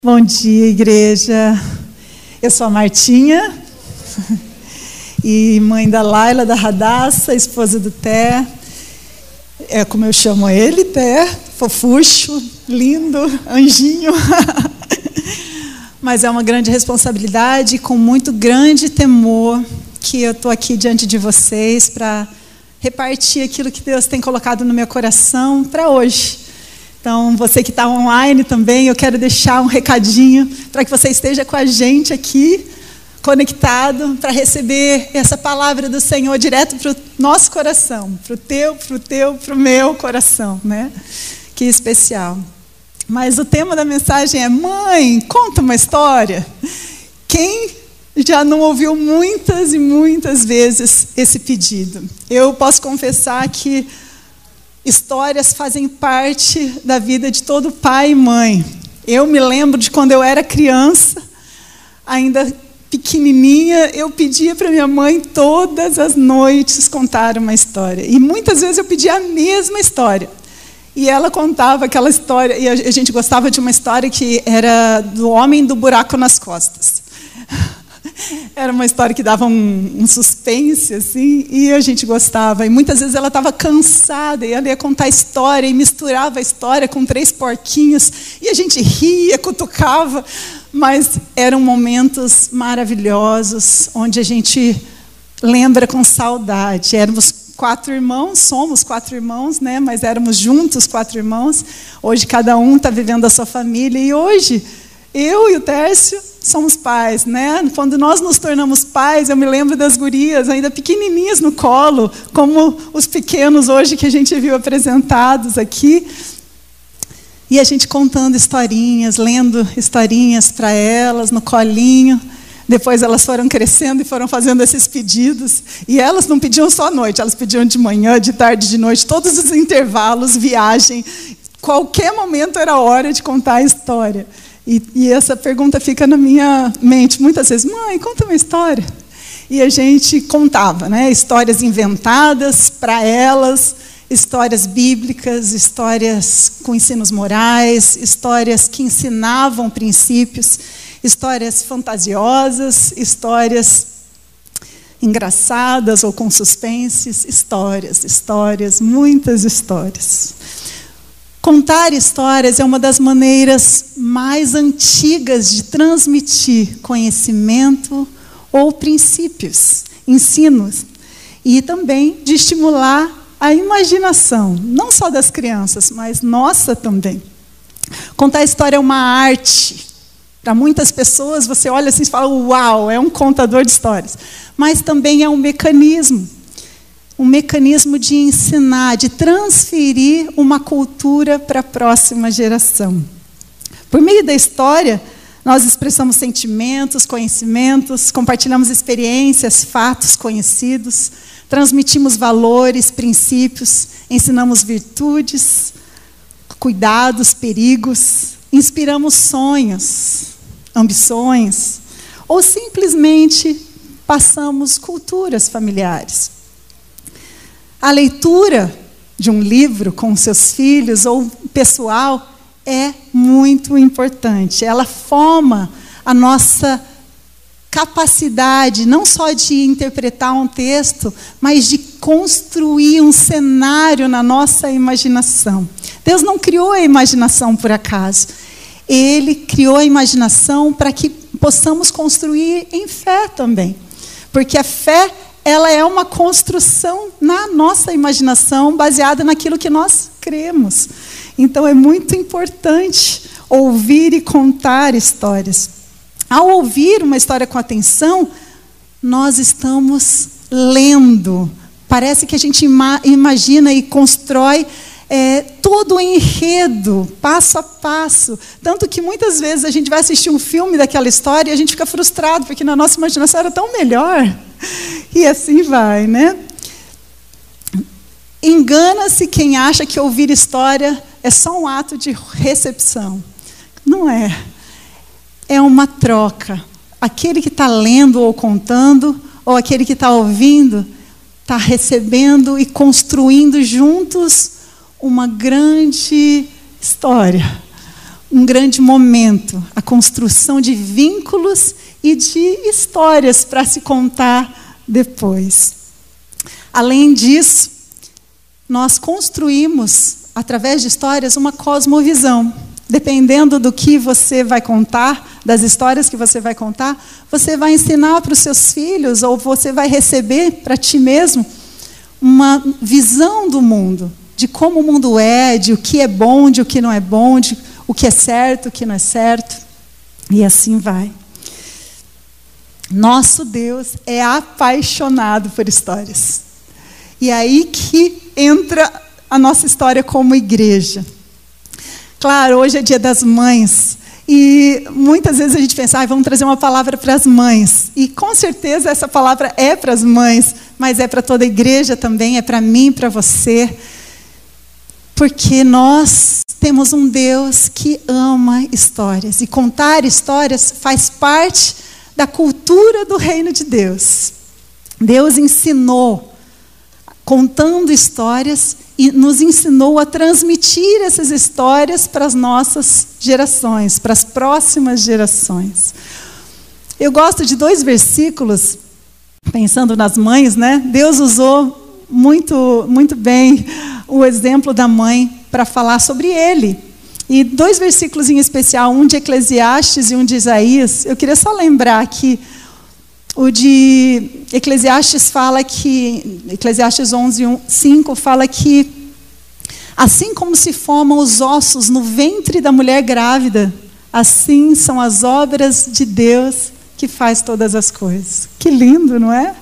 Bom dia, igreja. Eu sou a Martinha, e mãe da Laila, da Radassa, esposa do Té. É como eu chamo ele, Té, fofucho, lindo, anjinho. Mas é uma grande responsabilidade, com muito grande temor, que eu estou aqui diante de vocês para repartir aquilo que Deus tem colocado no meu coração para hoje. Então, você que está online também, eu quero deixar um recadinho para que você esteja com a gente aqui, conectado, para receber essa palavra do Senhor direto para o nosso coração, para o meu coração, né? Que especial. Mas o tema da mensagem é: Mãe, conta uma história. Quem já não ouviu muitas e muitas vezes esse pedido? Eu posso confessar que histórias fazem parte da vida de todo pai e mãe. Eu me lembro de quando eu era criança, ainda pequenininha, eu pedia para minha mãe todas as noites contar uma história. E muitas vezes eu pedia a mesma história. E ela contava aquela história, e a gente gostava de uma história que era do homem do buraco nas costas. Era uma história que dava um suspense, assim, e a gente gostava. E muitas vezes ela estava cansada, e ela ia contar a história, e misturava a história com 3 porquinhos, e a gente ria, cutucava, mas eram momentos maravilhosos, onde a gente lembra com saudade. Éramos 4 irmãos, somos 4 irmãos, né? Mas éramos juntos 4 irmãos. Hoje cada um está vivendo a sua família, e hoje eu e o Tércio somos pais, né? Quando nós nos tornamos pais, eu me lembro das gurias ainda pequenininhas no colo, como os pequenos hoje que a gente viu apresentados aqui. E a gente contando historinhas, lendo historinhas para elas no colinho. Depois elas foram crescendo e foram fazendo esses pedidos. E elas não pediam só à noite, elas pediam de manhã, de tarde, de noite, todos os intervalos, viagem. Qualquer momento era hora de contar a história. E essa pergunta fica na minha mente muitas vezes: Mãe, conta uma história. E a gente contava, né? Histórias inventadas para elas, histórias bíblicas, histórias com ensinos morais, histórias que ensinavam princípios, histórias fantasiosas, histórias engraçadas ou com suspenses, histórias, muitas histórias. Contar histórias é uma das maneiras mais antigas de transmitir conhecimento ou princípios, ensinos, e também de estimular a imaginação, não só das crianças, mas nossa também. Contar história é uma arte. Para muitas pessoas, você olha assim e fala: uau, é um contador de histórias. Mas também é um mecanismo de ensinar, de transferir uma cultura para a próxima geração. Por meio da história, nós expressamos sentimentos, conhecimentos, compartilhamos experiências, fatos conhecidos, transmitimos valores, princípios, ensinamos virtudes, cuidados, perigos, inspiramos sonhos, ambições, ou simplesmente passamos culturas familiares. A leitura de um livro com seus filhos ou pessoal é muito importante. Ela forma a nossa capacidade, não só de interpretar um texto, mas de construir um cenário na nossa imaginação. Deus não criou a imaginação por acaso. Ele criou a imaginação para que possamos construir em fé também. Porque a fé, ela é uma construção na nossa imaginação, baseada naquilo que nós cremos. Então, é muito importante ouvir e contar histórias. Ao ouvir uma história com atenção, nós estamos lendo. Parece que a gente imagina e constrói todo o enredo, passo a passo. Tanto que muitas vezes a gente vai assistir um filme daquela história e a gente fica frustrado, porque na nossa imaginação era tão melhor. E assim vai, né? Engana-se quem acha que ouvir história é só um ato de recepção. Não é. É uma troca. Aquele que está lendo ou contando, ou aquele que está ouvindo, está recebendo e construindo juntos uma grande história, um grande momento, a construção de vínculos e de histórias para se contar depois. Além disso, nós construímos, através de histórias, uma cosmovisão. Dependendo do que você vai contar, das histórias que você vai contar, você vai ensinar para os seus filhos, ou você vai receber para ti mesmo uma visão do mundo, de como o mundo é, de o que é bom, de o que não é bom, de o que é certo, o que não é certo, e assim vai. Nosso Deus é apaixonado por histórias. E é aí que entra a nossa história como igreja. Claro, hoje é Dia das Mães, e muitas vezes a gente pensa, vamos trazer uma palavra para as mães. E com certeza essa palavra é para as mães, mas é para toda a igreja também, é para mim, para você. Porque nós temos um Deus que ama histórias. E contar histórias faz parte da cultura do reino de Deus. Deus ensinou, contando histórias, e nos ensinou a transmitir essas histórias para as nossas gerações, para as próximas gerações. Eu gosto de 2 versículos, pensando nas mães, né? Deus usou muito, muito bem o exemplo da mãe para falar sobre ele. E 2 versículos em especial, um de Eclesiastes e um de Isaías. Eu queria só lembrar que o de Eclesiastes fala que, Eclesiastes 11:5 fala que, assim como se formam os ossos no ventre da mulher grávida, assim são as obras de Deus que faz todas as coisas. Que lindo, não é?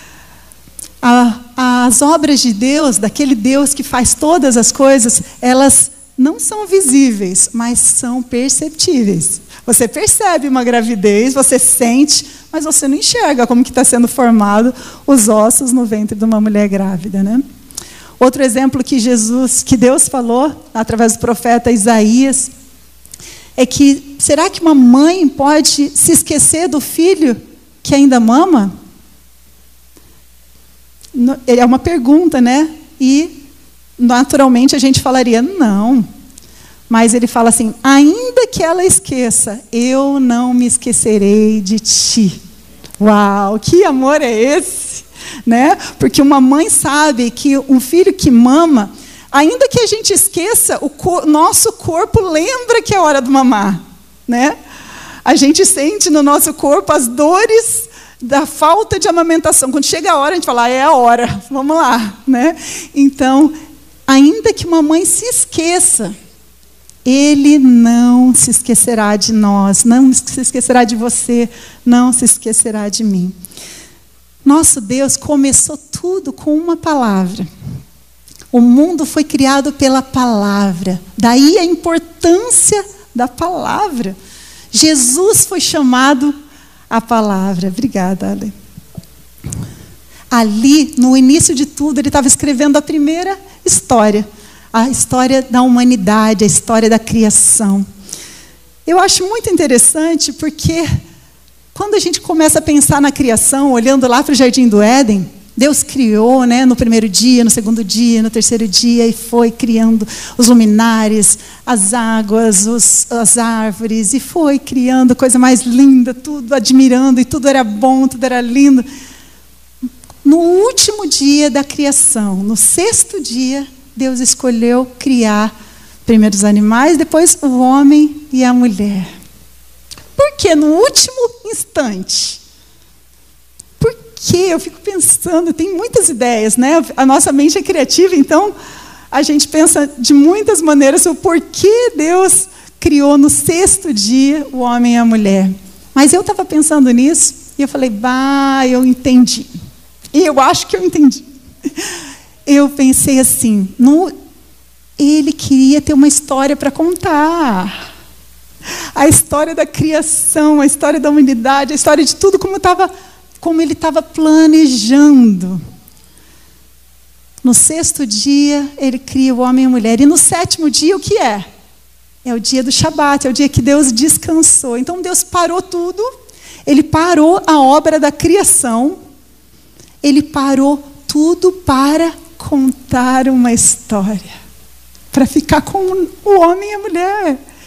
As obras de Deus, daquele Deus que faz todas as coisas, elas não são visíveis, mas são perceptíveis. Você percebe uma gravidez, você sente, mas você não enxerga como que está sendo formado os ossos no ventre de uma mulher grávida, né? Outro exemplo que Deus falou através do profeta Isaías é que, será que uma mãe pode se esquecer do filho que ainda mama? É uma pergunta, né? E naturalmente a gente falaria, não. Mas ele fala assim, ainda que ela esqueça, eu não me esquecerei de ti. Uau, que amor é esse? Né? Porque uma mãe sabe que um filho que mama, ainda que a gente esqueça, nosso corpo lembra que é hora de mamar. Né? A gente sente no nosso corpo as dores da falta de amamentação. Quando chega a hora, a gente fala, é a hora, vamos lá. Né? Então, ainda que uma mãe se esqueça, Ele não se esquecerá de nós, não se esquecerá de você, não se esquecerá de mim. Nosso Deus começou tudo com uma palavra. O mundo foi criado pela palavra. Daí a importância da palavra. Jesus foi chamado a palavra. Obrigada, Ale. Ali, no início de tudo, ele estava escrevendo a primeira história. A história da humanidade, a história da criação. Eu acho muito interessante porque quando a gente começa a pensar na criação, olhando lá para o Jardim do Éden, Deus criou, né, no primeiro dia, no segundo dia, no terceiro dia, e foi criando os luminares, as águas, as árvores, e foi criando coisa mais linda, tudo admirando, e tudo era bom, tudo era lindo. No último dia da criação, no 6º dia, Deus escolheu criar primeiro os animais, depois o homem e a mulher. Por que no último instante? Porque eu fico pensando, tem muitas ideias, né? A nossa mente é criativa, então a gente pensa de muitas maneiras o porquê Deus criou no 6º dia o homem e a mulher. Mas eu estava pensando nisso e eu falei, eu entendi. E eu acho que eu entendi. Eu pensei assim, ele queria ter uma história para contar. A história da criação, a história da humanidade, a história de tudo como ele estava planejando. No 6º dia, ele cria o homem e a mulher. E no 7º dia, o que é? É o dia do Shabat, é o dia que Deus descansou. Então Deus parou tudo, ele parou a obra da criação, ele parou tudo para contar uma história, para ficar com o homem e a mulher,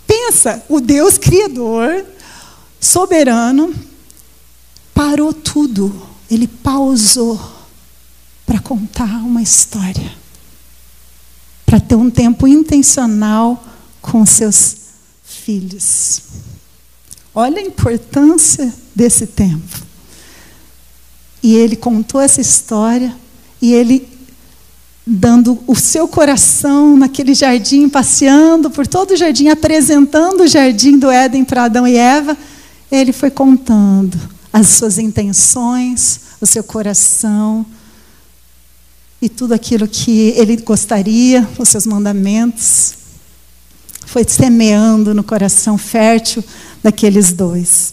Pensa, o Deus criador, soberano, parou tudo. Ele pausou para contar uma história. Para ter um tempo intencional com seus filhos. Olha a importância desse tempo. E ele contou essa história, e ele dando o seu coração naquele jardim, passeando por todo o jardim, apresentando o jardim do Éden para Adão e Eva, ele foi contando as suas intenções, o seu coração, e tudo aquilo que ele gostaria, os seus mandamentos, foi semeando no coração fértil daqueles dois.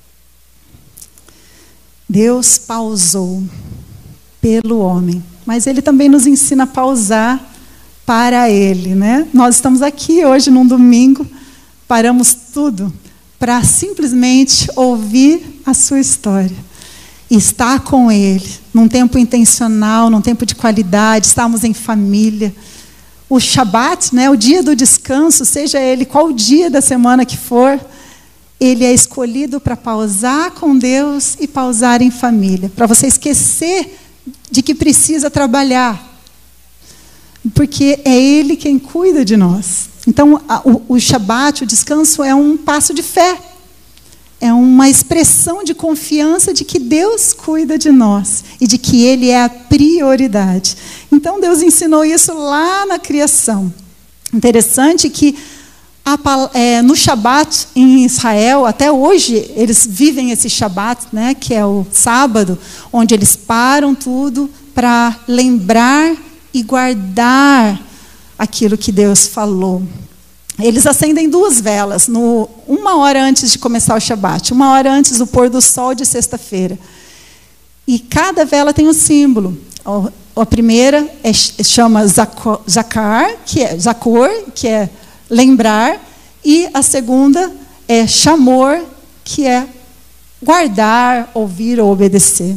Deus pausou pelo homem, mas ele também nos ensina a pausar para ele, né? Nós estamos aqui hoje num domingo, paramos tudo para simplesmente ouvir a sua história. E estar com ele, num tempo intencional, num tempo de qualidade, estarmos em família. O Shabat, né, o dia do descanso, seja ele qual dia da semana que for, ele é escolhido para pausar com Deus e pausar em família. Para você esquecer de que precisa trabalhar. Porque é Ele quem cuida de nós. Então, o Shabat, o descanso, é um passo de fé. É uma expressão de confiança de que Deus cuida de nós e de que Ele é a prioridade. Então, Deus ensinou isso lá na criação. Interessante que no Shabat em Israel, até hoje, eles vivem esse Shabat, né, que é o sábado, onde eles param tudo para lembrar e guardar aquilo que Deus falou. Eles acendem 2 velas, 1 hora antes de começar o Shabat, 1 hora antes do pôr do sol de sexta-feira. E cada vela tem um símbolo. A primeira chama Zakar, que é lembrar, e a segunda é Shamor, que é guardar, ouvir ou obedecer.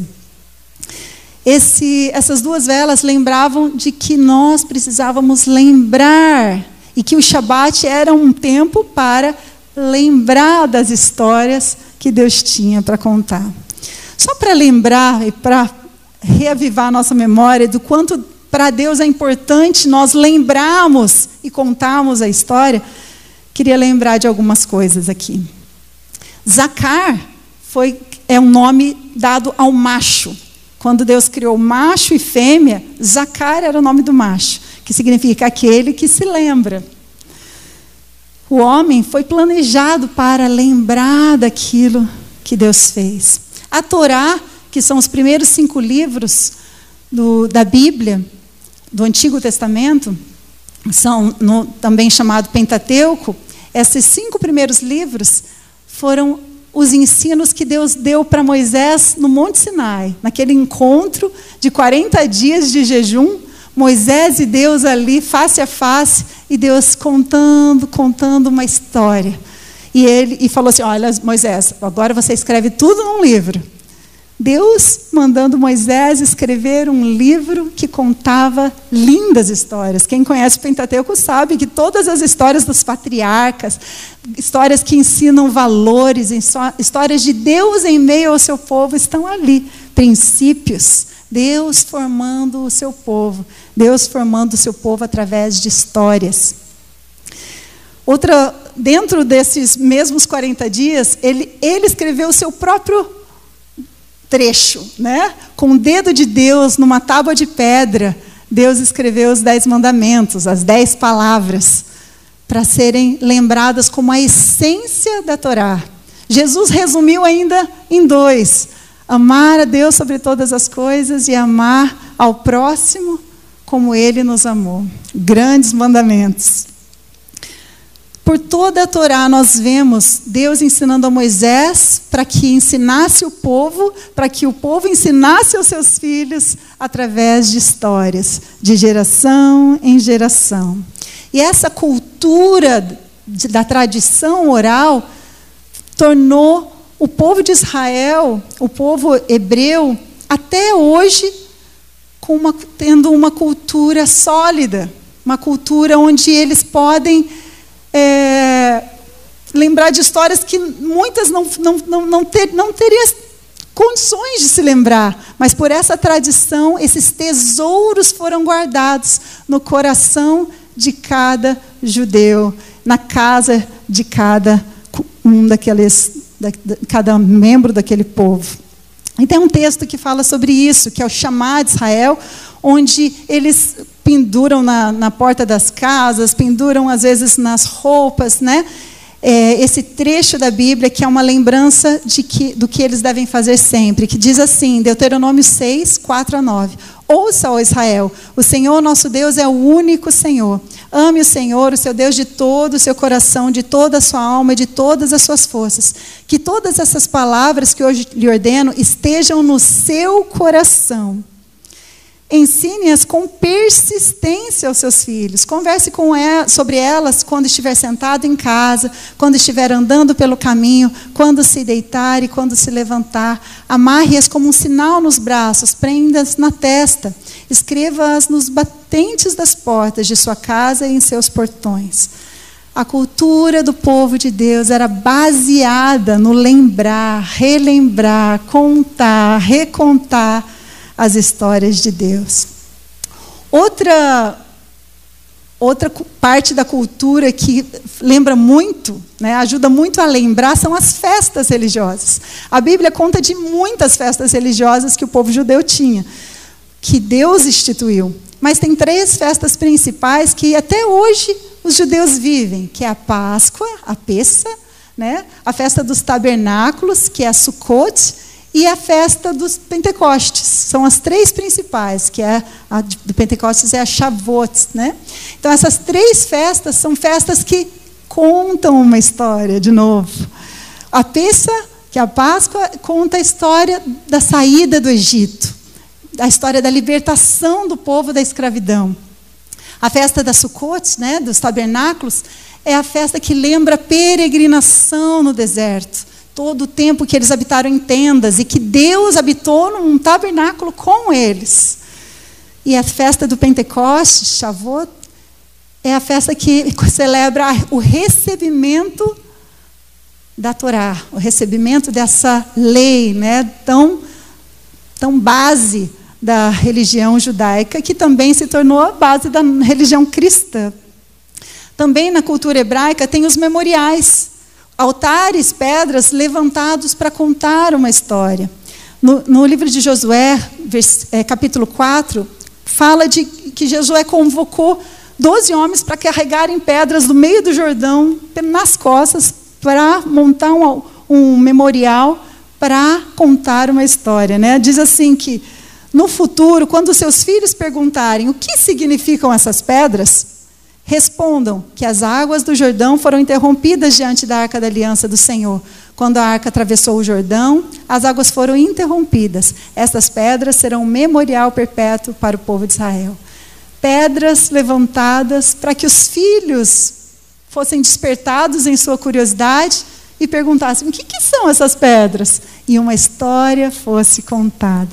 Essas 2 velas lembravam de que nós precisávamos lembrar, e que o Shabat era um tempo para lembrar das histórias que Deus tinha para contar. Só para lembrar e para reavivar a nossa memória do quanto para Deus é importante nós lembrarmos e contarmos a história, queria lembrar de algumas coisas aqui. Zakar é um nome dado ao macho. Quando Deus criou macho e fêmea, Zakar era o nome do macho, que significa aquele que se lembra. O homem foi planejado para lembrar daquilo que Deus fez. A Torá, que são os primeiros 5 livros da Bíblia, do Antigo Testamento, são também chamado Pentateuco. Esses 5 primeiros livros foram os ensinos que Deus deu para Moisés no Monte Sinai, naquele encontro de 40 dias de jejum, Moisés e Deus ali, face a face, e Deus contando uma história. E falou assim, olha, Moisés, agora você escreve tudo num livro. Deus mandando Moisés escrever um livro que contava lindas histórias. Quem conhece o Pentateuco sabe que todas as histórias dos patriarcas, histórias que ensinam valores, histórias de Deus em meio ao seu povo estão ali. Princípios, Deus formando o seu povo. Deus formando o seu povo através de histórias. Dentro desses mesmos 40 dias, ele escreveu o seu próprio trecho, né? Com o dedo de Deus numa tábua de pedra, Deus escreveu os 10 mandamentos, as 10 palavras, para serem lembradas como a essência da Torá. Jesus resumiu ainda em 2: amar a Deus sobre todas as coisas e amar ao próximo como Ele nos amou. Grandes mandamentos. Por toda a Torá nós vemos Deus ensinando a Moisés para que ensinasse o povo, para que o povo ensinasse aos seus filhos através de histórias, de geração em geração. E essa cultura da tradição oral tornou o povo de Israel, o povo hebreu, até hoje, tendo uma cultura sólida, uma cultura onde eles podem lembrar de histórias que muitas não teriam condições de se lembrar, mas por essa tradição, esses tesouros foram guardados no coração de cada judeu, na casa de cada cada membro daquele povo. E tem um texto que fala sobre isso, que é o Chamá de Israel, onde eles penduram na porta das casas, penduram às vezes nas roupas, né? Esse trecho da Bíblia que é uma lembrança do que eles devem fazer sempre, que diz assim, Deuteronômio 6, 4-9. Ouça, ó Israel, o Senhor nosso Deus é o único Senhor. Ame o Senhor, o seu Deus, de todo o seu coração, de toda a sua alma e de todas as suas forças. Que todas essas palavras que hoje lhe ordeno estejam no seu coração. Ensine-as com persistência aos seus filhos. Converse sobre elas quando estiver sentado em casa, quando estiver andando pelo caminho, quando se deitar e quando se levantar. Amarre-as como um sinal nos braços, prenda-as na testa. Escreva-as nos batentes das portas de sua casa e em seus portões. A cultura do povo de Deus era baseada no lembrar, relembrar, contar, recontar as histórias de Deus. Outra parte da cultura que lembra muito, né, ajuda muito a lembrar, são as festas religiosas. A Bíblia conta de muitas festas religiosas que o povo judeu tinha, que Deus instituiu. Mas tem 3 festas principais que até hoje os judeus vivem, que é a Páscoa, a Pessa, né, a festa dos tabernáculos, que é a Sukkot, e a festa dos Pentecostes. São as 3 principais, que a do Pentecostes é a Shavuot, né? Então, essas 3 festas são festas que contam uma história, de novo. A Pessa, que é a Páscoa, conta a história da saída do Egito, a história da libertação do povo da escravidão. A festa da Sukkot, né, dos tabernáculos, é a festa que lembra a peregrinação no deserto. Todo o tempo que eles habitaram em tendas e que Deus habitou num tabernáculo com eles. E a festa do Pentecostes, Shavuot, é a festa que celebra o recebimento da Torá, o recebimento dessa lei, né, tão base da religião judaica, que também se tornou a base da religião cristã. Também na cultura hebraica tem os memoriais, altares, pedras levantados para contar uma história. No livro de Josué, capítulo 4, fala de que Josué convocou 12 homens para carregarem pedras do meio do Jordão, nas costas, para montar um memorial, para contar uma história, né? Diz assim que, no futuro, quando seus filhos perguntarem o que significam essas pedras, respondam que as águas do Jordão foram interrompidas diante da Arca da Aliança do Senhor. Quando a arca atravessou o Jordão, as águas foram interrompidas. Estas pedras serão um memorial perpétuo para o povo de Israel. Pedras levantadas para que os filhos fossem despertados em sua curiosidade e perguntassem: o que são essas pedras? E uma história fosse contada.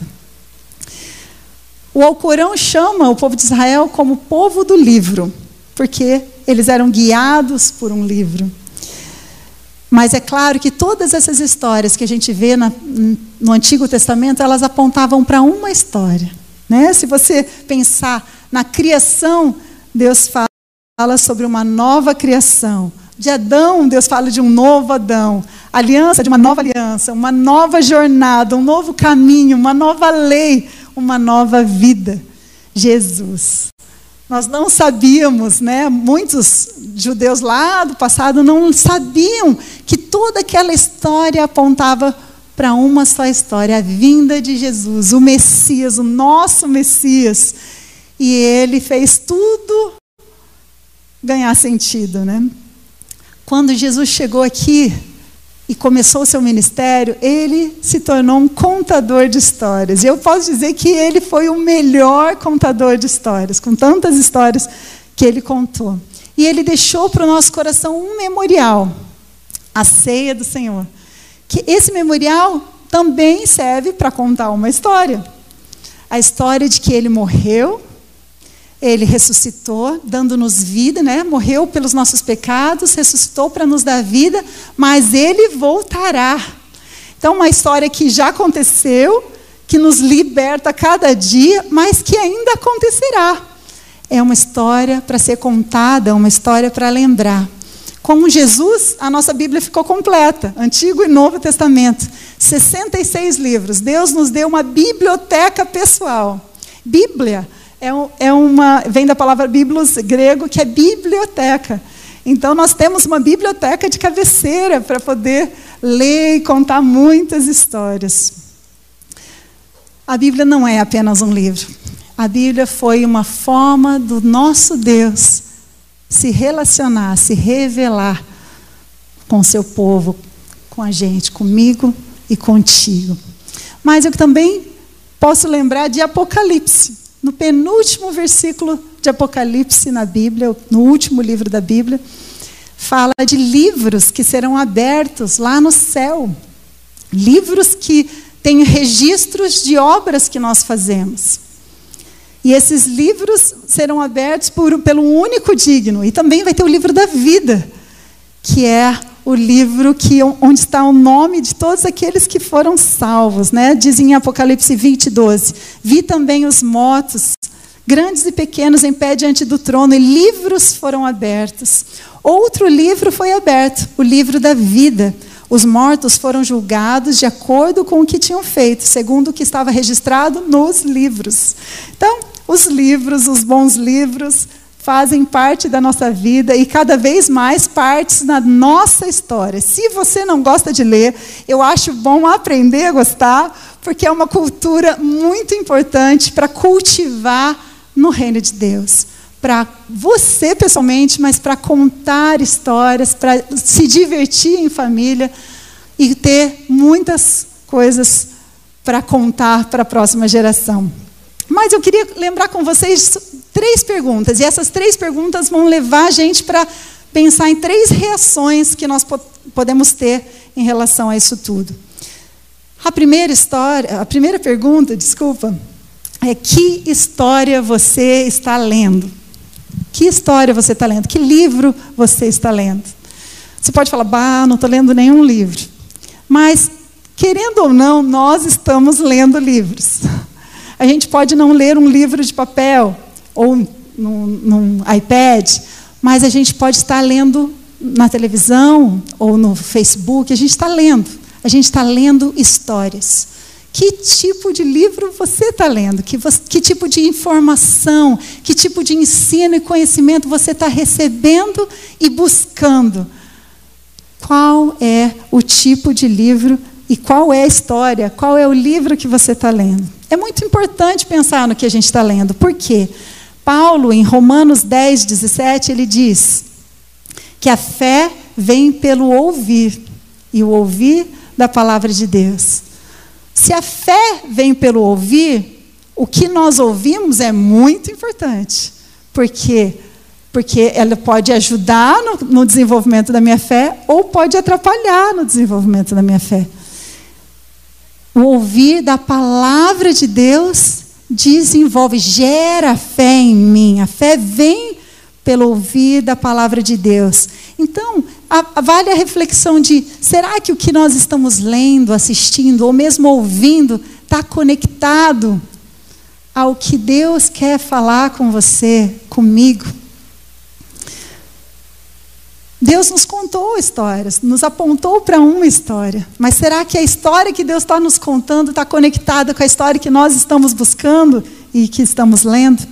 O Alcorão chama o povo de Israel como povo do livro, porque eles eram guiados por um livro. Mas é claro que todas essas histórias que a gente vê no Antigo Testamento, elas apontavam para uma história, né? Se você pensar na criação, Deus fala sobre uma nova criação. De Adão, Deus fala de um novo Adão. Aliança, de uma nova aliança. Uma nova jornada, um novo caminho, uma nova lei, uma nova vida. Jesus. Nós não sabíamos, né? Muitos judeus lá do passado não sabiam que toda aquela história apontava para uma só história, a vinda de Jesus, o Messias, o nosso Messias. E ele fez tudo ganhar sentido, né? Quando Jesus chegou aqui e começou o seu ministério, ele se tornou um contador de histórias. E eu posso dizer que ele foi o melhor contador de histórias, com tantas histórias que ele contou. E ele deixou para o nosso coração um memorial, a ceia do Senhor. Que esse memorial também serve para contar uma história. A história de que ele morreu, Ele ressuscitou, dando-nos vida, né? Morreu pelos nossos pecados, ressuscitou para nos dar vida, mas Ele voltará. Então, uma história que já aconteceu, que nos liberta a cada dia, mas que ainda acontecerá. É uma história para ser contada, uma história para lembrar. Com Jesus, a nossa Bíblia ficou completa, Antigo e Novo Testamento. 66 livros. Deus nos deu uma biblioteca pessoal. Bíblia vem da palavra biblos grego, que é biblioteca. Então, nós temos uma biblioteca de cabeceira para poder ler e contar muitas histórias. A Bíblia não é apenas um livro. A Bíblia foi uma forma do nosso Deus se relacionar, se revelar com o seu povo, com a gente, comigo e contigo. Mas eu também posso lembrar de Apocalipse. No penúltimo versículo de Apocalipse na Bíblia, no último livro da Bíblia, fala de livros que serão abertos lá no céu. Livros que têm registros de obras que nós fazemos. E esses livros serão abertos pelo único digno. E também vai ter o livro da vida, que é o livro onde está o nome de todos aqueles que foram salvos, né? Diz em Apocalipse 20:12. Vi também os mortos, grandes e pequenos, em pé diante do trono, e livros foram abertos. Outro livro foi aberto, o livro da vida. Os mortos foram julgados de acordo com o que tinham feito, segundo o que estava registrado nos livros. Então, os livros, os bons livros, fazem parte da nossa vida e cada vez mais parte da nossa história. Se você não gosta de ler, eu acho bom aprender a gostar, porque é uma cultura muito importante para cultivar no reino de Deus. Para você pessoalmente, mas para contar histórias, para se divertir em família e ter muitas coisas para contar para a próxima geração. Mas eu queria lembrar com vocês 3 perguntas, e essas 3 perguntas vão levar a gente para pensar em 3 reações que nós podemos ter em relação a isso tudo. A primeira pergunta, é: que história você está lendo? Que história você está lendo? Que livro você está lendo? Você pode falar, não estou lendo nenhum livro. Mas, querendo ou não, nós estamos lendo livros. A gente pode não ler um livro de papel ou num iPad, mas a gente pode estar lendo na televisão ou no Facebook. A gente está lendo histórias. Que tipo de livro você está lendo? Que tipo de informação, que tipo de ensino e conhecimento você está recebendo e buscando? Qual é o tipo de livro e qual é a história? Qual é o livro que você está lendo? É muito importante pensar no que a gente está lendo. Por quê? Paulo, em Romanos 10:17, ele diz que a fé vem pelo ouvir, e o ouvir da palavra de Deus. Se a fé vem pelo ouvir, o que nós ouvimos é muito importante. Por quê? Porque ela pode ajudar no desenvolvimento da minha fé ou pode atrapalhar no desenvolvimento da minha fé. O ouvir da palavra de Deus desenvolve, gera fé em mim. A fé vem pelo ouvir da palavra de Deus. Então, vale a reflexão de: será que o que nós estamos lendo, assistindo ou mesmo ouvindo está conectado ao que Deus quer falar com você, comigo? Deus nos contou histórias, nos apontou para uma história. Mas será que a história que Deus está nos contando está conectada com a história que nós estamos buscando e que estamos lendo?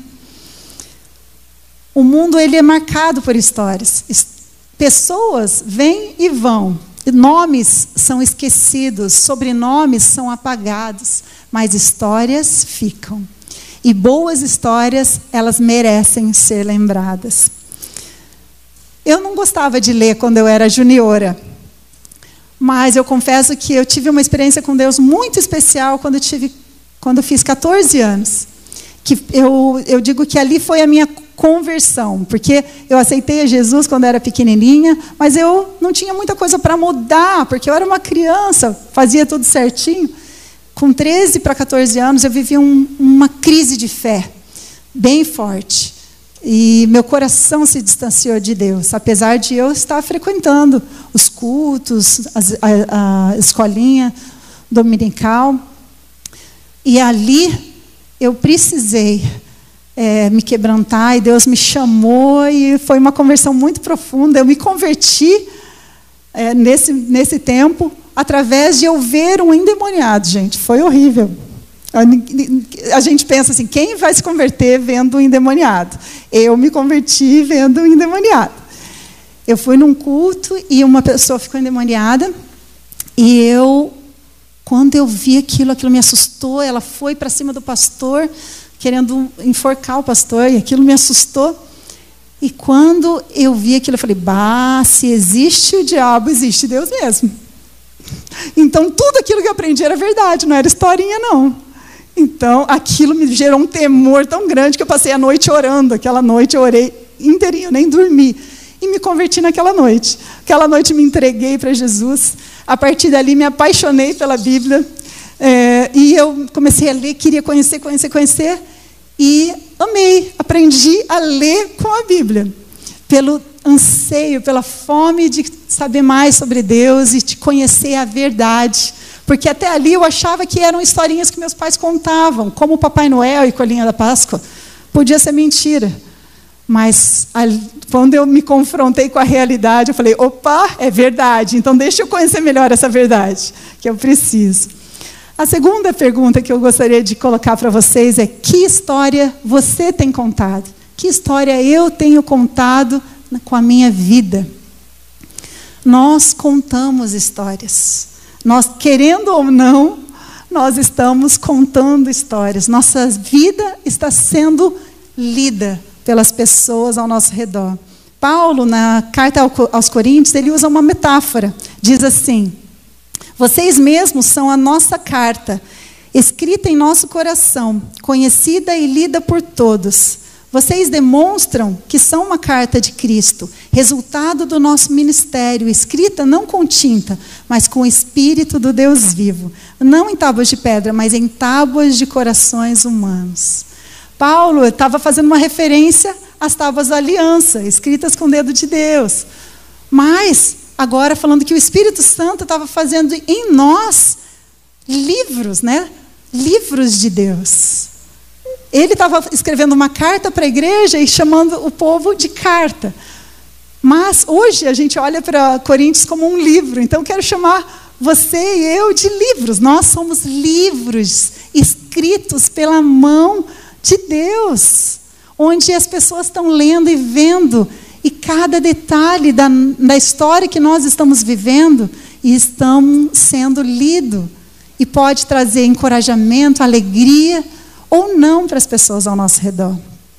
O mundo ele é marcado por histórias. Pessoas vêm e vão. Nomes são esquecidos, sobrenomes são apagados, mas histórias ficam. E boas histórias, elas merecem ser lembradas. Eu não gostava de ler quando eu era juniora, mas eu confesso que eu tive uma experiência com Deus muito especial quando eu fiz 14 anos. Que eu digo que ali foi a minha conversão, porque eu aceitei a Jesus quando eu era pequenininha, mas eu não tinha muita coisa para mudar, porque eu era uma criança, fazia tudo certinho. Com 13 para 14 anos, eu vivi uma crise de fé bem forte. E meu coração se distanciou de Deus, apesar de eu estar frequentando os cultos, a escolinha dominical. E ali eu precisei me quebrantar, e Deus me chamou, e foi uma conversão muito profunda. Eu me converti nesse tempo, através de eu ver um endemoniado, gente. Foi horrível. A gente pensa assim, quem vai se converter vendo um endemoniado? Eu me converti vendo um endemoniado. Eu fui num culto e uma pessoa ficou endemoniada, e quando eu vi aquilo me assustou. Ela foi para cima do pastor, querendo enforcar o pastor, e aquilo me assustou. E quando eu vi aquilo, eu falei, se existe o diabo, existe Deus mesmo. Então, tudo aquilo que eu aprendi era verdade, não era historinha, não. Então, aquilo me gerou um temor tão grande que eu passei a noite orando. Aquela noite eu orei inteirinho, nem dormi. E me converti naquela noite. Aquela noite me entreguei para Jesus. A partir dali me apaixonei pela Bíblia. E eu comecei a ler, queria conhecer. E amei, aprendi a ler com a Bíblia. Pelo anseio, pela fome de saber mais sobre Deus e de conhecer a verdade. Porque até ali eu achava que eram historinhas que meus pais contavam, como o Papai Noel e Coelhinha da Páscoa. Podia ser mentira. Mas quando eu me confrontei com a realidade, eu falei, opa, é verdade. Então deixa eu conhecer melhor essa verdade, que eu preciso. A segunda pergunta que eu gostaria de colocar para vocês é: que história você tem contado? Que história eu tenho contado com a minha vida? Nós contamos histórias. Nós, querendo ou não, nós estamos contando histórias. Nossa vida está sendo lida pelas pessoas ao nosso redor. Paulo, na carta aos Coríntios, ele usa uma metáfora. Diz assim: vocês mesmos são a nossa carta, escrita em nosso coração, conhecida e lida por todos. Vocês demonstram que são uma carta de Cristo, resultado do nosso ministério, escrita não com tinta, mas com o Espírito do Deus vivo. Não em tábuas de pedra, mas em tábuas de corações humanos. Paulo estava fazendo uma referência às tábuas da aliança, escritas com o dedo de Deus. Mas, agora falando que o Espírito Santo estava fazendo em nós livros, né? Livros de Deus. Ele estava escrevendo uma carta para a igreja e chamando o povo de carta. Mas hoje a gente olha para Coríntios como um livro. Então eu quero chamar você e eu de livros. Nós somos livros escritos pela mão de Deus, onde as pessoas estão lendo e vendo, e cada detalhe da história que nós estamos vivendo estão sendo lido, e pode trazer encorajamento, alegria, ou não para as pessoas ao nosso redor.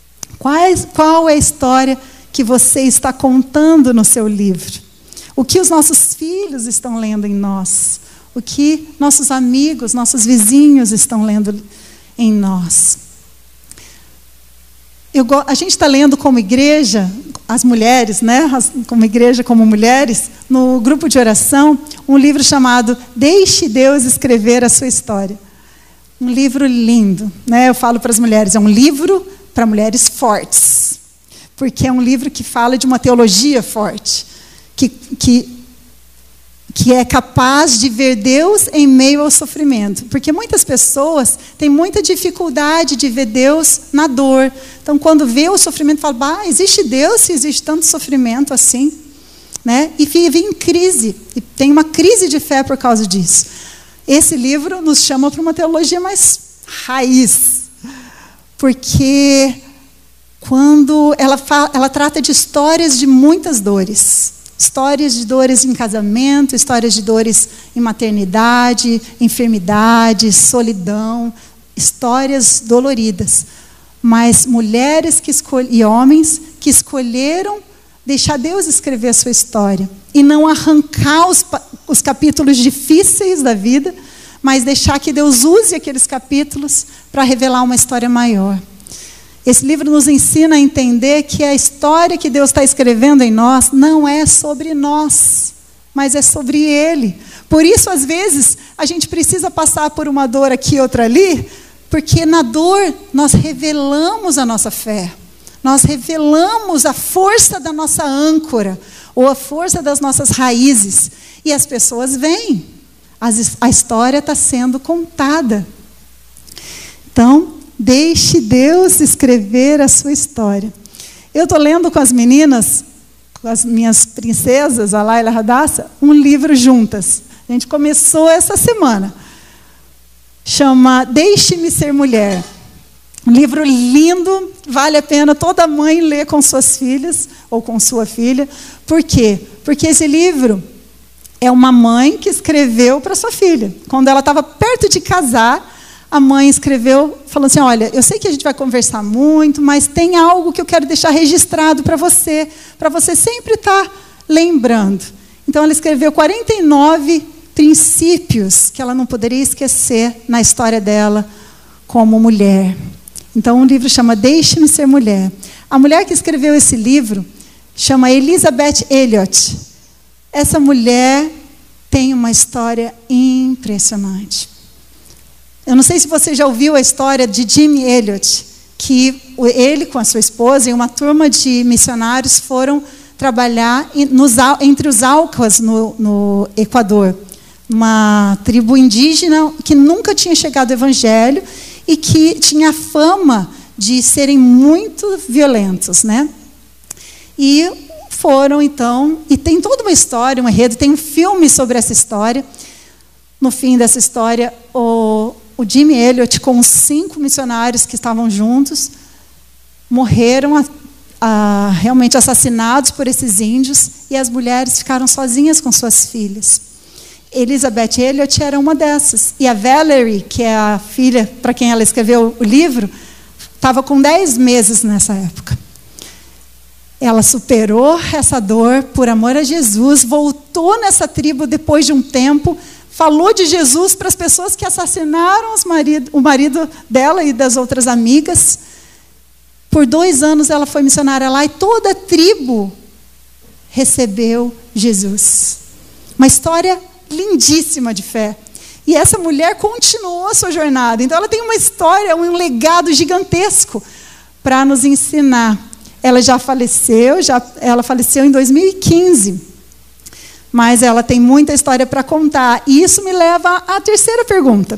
Qual é a história que você está contando no seu livro? O que os nossos filhos estão lendo em nós? O que nossos amigos, nossos vizinhos estão lendo em nós? A gente está lendo como igreja, as mulheres, né? Como igreja, como mulheres, no grupo de oração, um livro chamado Deixe Deus Escrever a Sua História. Um livro lindo, né? Eu falo para as mulheres, é um livro para mulheres fortes, porque é um livro que fala de uma teologia forte, que é capaz de ver Deus em meio ao sofrimento. Porque muitas pessoas têm muita dificuldade de ver Deus na dor. Então, quando vê o sofrimento, fala, existe Deus se existe tanto sofrimento assim? Né? E vive em crise, e tem uma crise de fé por causa disso. Esse livro nos chama para uma teologia mais raiz, porque quando ela trata de histórias de muitas dores. Histórias de dores em casamento, histórias de dores em maternidade, enfermidade, solidão, histórias doloridas. Mas mulheres e homens que escolheram deixar Deus escrever a sua história. E não arrancar os capítulos difíceis da vida, mas deixar que Deus use aqueles capítulos para revelar uma história maior. Esse livro nos ensina a entender que a história que Deus está escrevendo em nós não é sobre nós, mas é sobre Ele. Por isso, às vezes, a gente precisa passar por uma dor aqui e outra ali, porque na dor nós revelamos a nossa fé. Nós revelamos a força da nossa âncora, ou a força das nossas raízes. E as pessoas veem. A história está sendo contada. Então, deixe Deus escrever a sua história. Eu estou lendo com as meninas, com as minhas princesas, a Laila e a Radassa, um livro juntas. A gente começou essa semana. Chama Deixe-me Ser Mulher. Um livro lindo, vale a pena toda mãe ler com suas filhas, ou com sua filha. Por quê? Porque esse livro é uma mãe que escreveu para sua filha. Quando ela estava perto de casar, a mãe escreveu, falou assim, olha, eu sei que a gente vai conversar muito, mas tem algo que eu quero deixar registrado para você sempre estar lembrando. Então, ela escreveu 49 princípios que ela não poderia esquecer na história dela como mulher. Então, o livro chama Deixe-me Ser Mulher. A mulher que escreveu esse livro chama Elisabeth Elliot. Essa mulher tem uma história impressionante. Eu não sei se você já ouviu a história de Jim Elliot, que ele com a sua esposa e uma turma de missionários foram trabalhar entre os Aucas no Equador. Uma tribo indígena que nunca tinha chegado ao evangelho e que tinha fama de serem muito violentos, né? E foram, então, e tem toda uma história, um enredo, tem um filme sobre essa história. No fim dessa história, o Jim Elliot, com os 5 missionários que estavam juntos, morreram realmente assassinados por esses índios, e as mulheres ficaram sozinhas com suas filhas. Elizabeth Elliot era uma dessas. E a Valerie, que é a filha para quem ela escreveu o livro, estava com 10 meses nessa época. Ela superou essa dor por amor a Jesus, voltou nessa tribo depois de um tempo, falou de Jesus para as pessoas que assassinaram o marido dela e das outras amigas. Por 2 anos ela foi missionária lá e toda a tribo recebeu Jesus. Uma história lindíssima de fé. E essa mulher continuou a sua jornada. Então ela tem uma história, um legado gigantesco para nos ensinar. Ela já faleceu, ela faleceu em 2015. Mas ela tem muita história para contar. E isso me leva à terceira pergunta.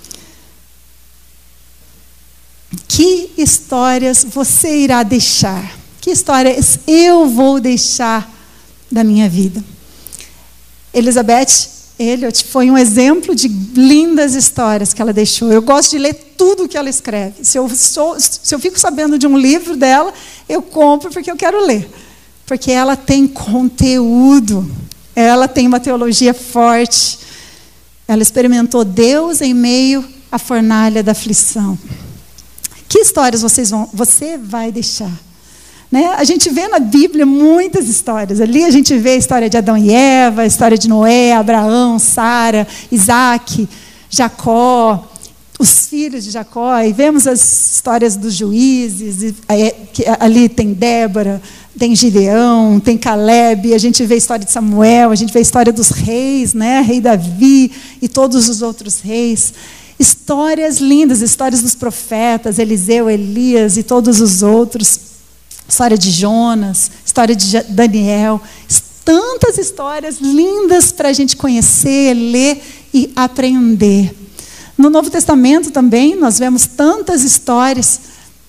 Que histórias você irá deixar? Que histórias eu vou deixar da minha vida? Elizabeth Elliot foi um exemplo de lindas histórias que ela deixou. Eu gosto de ler tudo o que ela escreve. Se eu fico sabendo de um livro dela, eu compro porque eu quero ler. Porque ela tem conteúdo. Ela tem uma teologia forte. Ela experimentou Deus em meio à fornalha da aflição. Que histórias você vai deixar? Né? A gente vê na Bíblia muitas histórias. Ali a gente vê a história de Adão e Eva, a história de Noé, Abraão, Sara, Isaac, Jacó, os filhos de Jacó. E vemos as histórias dos juízes. Ali tem Débora, tem Gideão, tem Caleb. A gente vê a história de Samuel, a gente vê a história dos reis, né? Rei Davi e todos os outros reis. Histórias lindas, histórias dos profetas, Eliseu, Elias e todos os outros. História de Jonas, história de Daniel. Tantas histórias lindas para a gente conhecer, ler e aprender. No Novo Testamento também nós vemos tantas histórias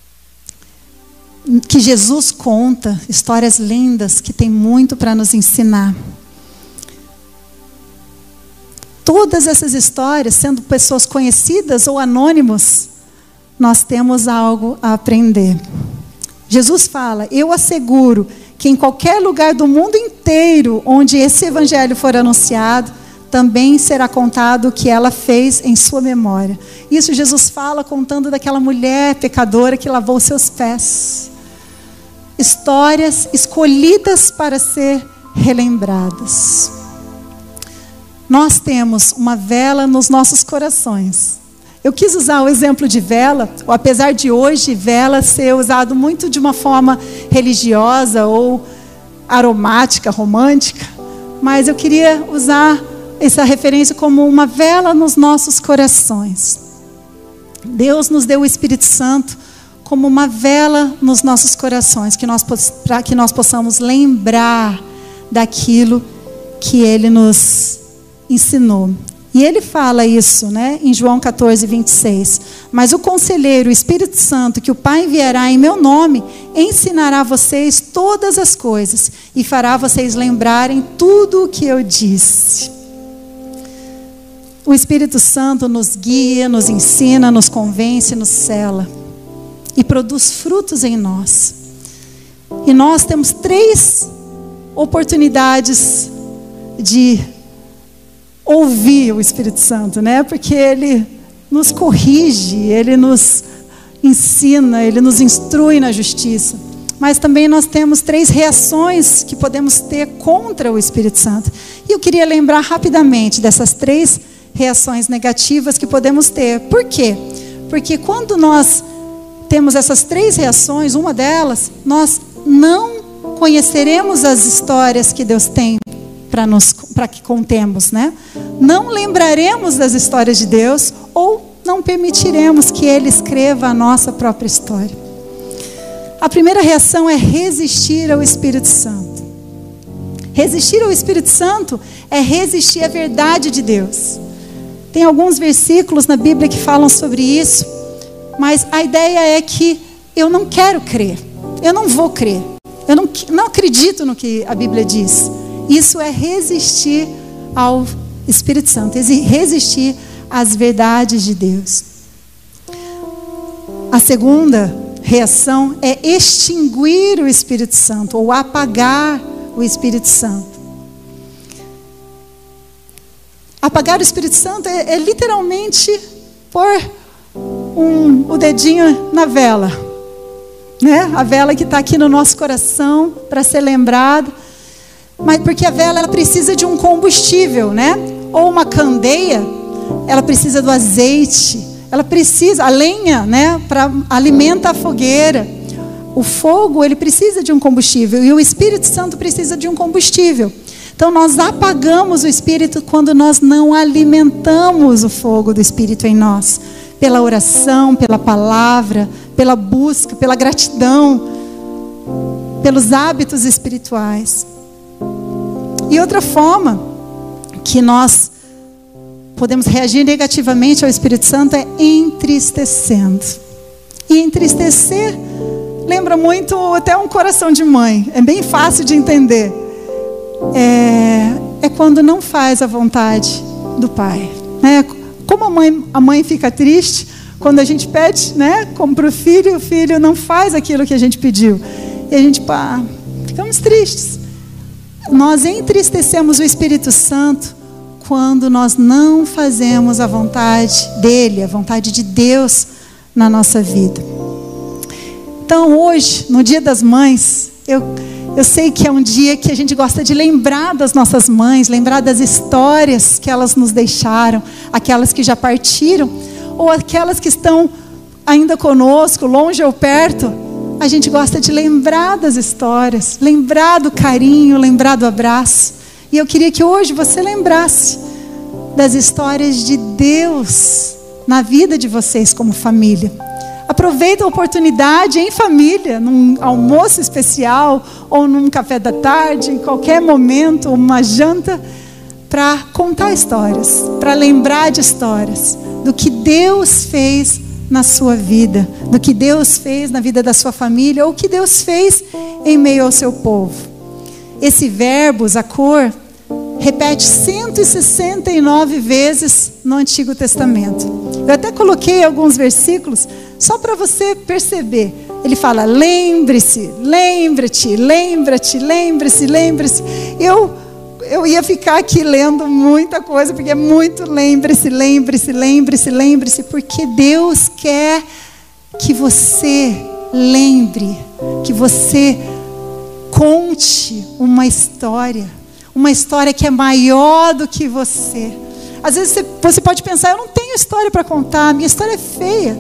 que Jesus conta, histórias lindas que tem muito para nos ensinar. Todas essas histórias, sendo pessoas conhecidas ou anônimos, nós temos algo a aprender. Jesus fala, eu asseguro que em qualquer lugar do mundo inteiro onde esse evangelho for anunciado, também será contado o que ela fez em sua memória. Isso Jesus fala contando daquela mulher pecadora que lavou seus pés. Histórias escolhidas para ser relembradas. Nós temos uma vela nos nossos corações. Eu quis usar o exemplo de vela, apesar de hoje vela ser usado muito de uma forma religiosa ou aromática, romântica, mas eu queria usar essa referência como uma vela nos nossos corações. Deus nos deu o Espírito Santo como uma vela nos nossos corações, para que nós possamos lembrar daquilo que Ele nos ensinou. E Ele fala isso, né, em João 14, 26. Mas o Conselheiro, o Espírito Santo, que o Pai enviará em meu nome, ensinará a vocês todas as coisas e fará vocês lembrarem tudo o que eu disse. O Espírito Santo nos guia, nos ensina, nos convence, nos cela e produz frutos em nós. E nós temos 3 oportunidades de ouvir o Espírito Santo, né? Porque Ele nos corrige, Ele nos ensina, Ele nos instrui na justiça. Mas também nós temos 3 reações que podemos ter contra o Espírito Santo. E eu queria lembrar rapidamente dessas 3 reações negativas que podemos ter. Por quê? Porque quando nós temos essas 3 reações, uma delas, nós não conheceremos as histórias que Deus tem para que contemos, né? Não lembraremos das histórias de Deus ou não permitiremos que Ele escreva a nossa própria história. A primeira reação é resistir ao Espírito Santo. Resistir ao Espírito Santo é resistir à verdade de Deus. Tem alguns versículos na Bíblia que falam sobre isso, mas a ideia é que eu não quero crer, eu não vou crer, eu não acredito no que a Bíblia diz. Isso é resistir ao Espírito Santo, resistir às verdades de Deus. A segunda reação é extinguir o Espírito Santo, ou apagar o Espírito Santo. Apagar o Espírito Santo é literalmente pôr o dedinho na vela, né? A vela que está aqui no nosso coração para ser lembrado. Mas porque a vela ela precisa de um combustível, né? Ou uma candeia, ela precisa do azeite, ela precisa, a lenha, né? Alimenta a fogueira. O fogo, ele precisa de um combustível e o Espírito Santo precisa de um combustível. Então nós apagamos o Espírito quando nós não alimentamos o fogo do Espírito em nós. Pela oração, pela palavra, pela busca, pela gratidão, pelos hábitos espirituais. E outra forma que nós podemos reagir negativamente ao Espírito Santo é entristecendo. E entristecer lembra muito até um coração de mãe. É bem fácil de entender. É quando não faz a vontade do pai, né? Como a mãe fica triste quando a gente pede, né? Como para o filho não faz aquilo que a gente pediu. E a gente, ficamos tristes. Nós entristecemos o Espírito Santo quando nós não fazemos a vontade dele, a vontade de Deus na nossa vida. Então hoje, no Dia das Mães, eu sei que é um dia que a gente gosta de lembrar das nossas mães, lembrar das histórias que elas nos deixaram, aquelas que já partiram, ou aquelas que estão ainda conosco, longe ou perto. A gente gosta de lembrar das histórias, lembrar do carinho, lembrar do abraço. E eu queria que hoje você lembrasse das histórias de Deus na vida de vocês como família. Aproveita a oportunidade em família, num almoço especial, ou num café da tarde, em qualquer momento, uma janta, para contar histórias, para lembrar de histórias, do que Deus fez na sua vida, do que Deus fez na vida da sua família, ou o que Deus fez em meio ao seu povo. Esse verbo, Zakor, repete 169 vezes no Antigo Testamento. Eu até coloquei alguns versículos só para você perceber. Ele fala: lembre-se, lembre-te, lembre-te, lembre-se, lembre-se. Eu ia ficar aqui lendo muita coisa, porque é muito lembre-se, lembre-se, lembre-se, lembre-se, porque Deus quer que você lembre, que você conte uma história que é maior do que você. Às vezes você pode pensar: eu não tenho história para contar, minha história é feia.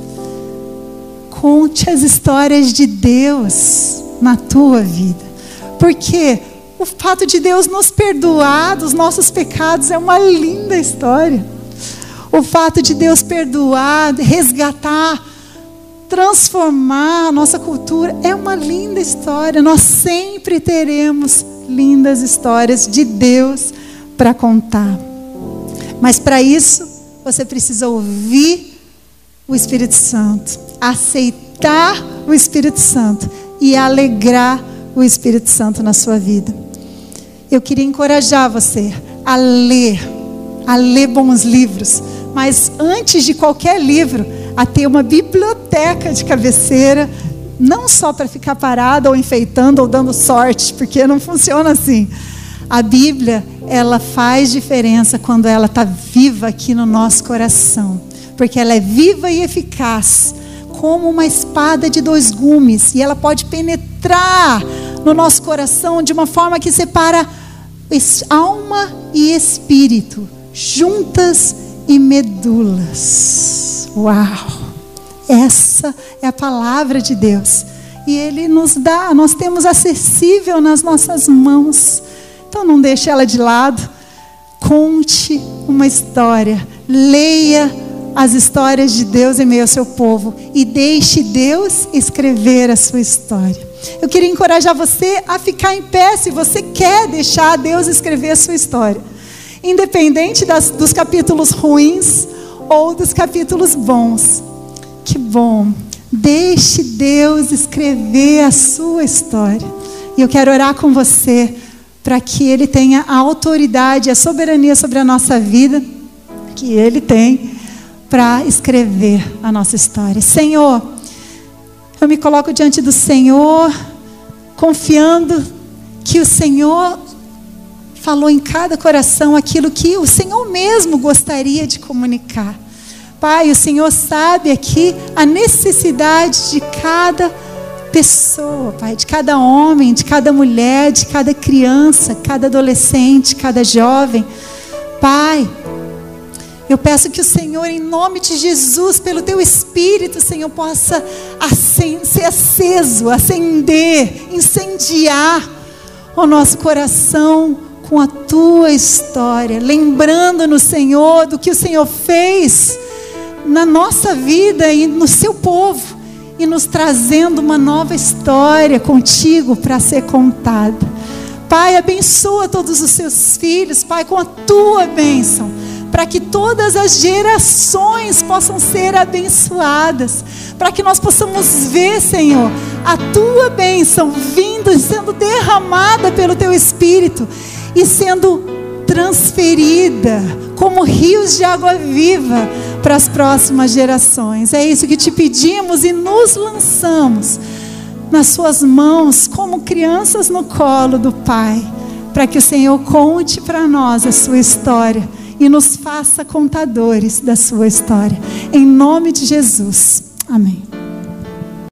Conte as histórias de Deus na tua vida, porque o fato de Deus nos perdoar dos nossos pecados é uma linda história. O fato de Deus perdoar, resgatar transformar a nossa cultura. É uma linda história. Nós sempre teremos lindas histórias de Deus para contar. Mas para isso, você precisa ouvir o Espírito Santo, aceitar o Espírito Santo e alegrar o Espírito Santo na sua vida. Eu queria encorajar você a ler bons livros, mas antes de qualquer livro, a ter uma biblioteca de cabeceira, não só para ficar parada ou enfeitando ou dando sorte, porque não funciona assim. A Bíblia, ela faz diferença quando ela está viva aqui no nosso coração, porque ela é viva e eficaz, como uma espada de 2 gumes, e ela pode penetrar no nosso coração de uma forma que separa alma e espírito, juntas e medulas. Uau! Essa é a palavra de Deus. E Ele nos dá, nós temos acessível nas nossas mãos. Então não deixe ela de lado. Conte uma história. Leia as histórias de Deus em meio ao seu povo. E deixe Deus escrever a sua história. Eu queria encorajar você a ficar em pé se você quer deixar Deus escrever a sua história. Independente dos capítulos ruins ou dos capítulos bons. Que bom. Deixe Deus escrever a sua história. E eu quero orar com você para que Ele tenha a autoridade, a soberania sobre a nossa vida que Ele tem para escrever a nossa história. Senhor, eu me coloco diante do Senhor, confiando que o Senhor falou em cada coração aquilo que o Senhor mesmo gostaria de comunicar. Pai, o Senhor sabe aqui a necessidade de cada pessoa, Pai, de cada homem, de cada mulher, de cada criança, cada adolescente, cada jovem. Pai, eu peço que o Senhor, em nome de Jesus, pelo Teu Espírito, Senhor, possa ser aceso, acender, incendiar o nosso coração com a Tua história, lembrando-nos, Senhor, do que o Senhor fez na nossa vida e no Seu povo, e nos trazendo uma nova história contigo para ser contada. Pai, abençoa todos os Seus filhos, Pai, com a Tua bênção, para que todas as gerações possam ser abençoadas, para que nós possamos ver, Senhor, a Tua bênção vindo e sendo derramada pelo Teu Espírito e sendo transferida como rios de água viva para as próximas gerações. É isso que te pedimos e nos lançamos nas Suas mãos como crianças no colo do Pai, para que o Senhor conte para nós a Sua história e nos faça contadores da Sua história. Em nome de Jesus. Amém.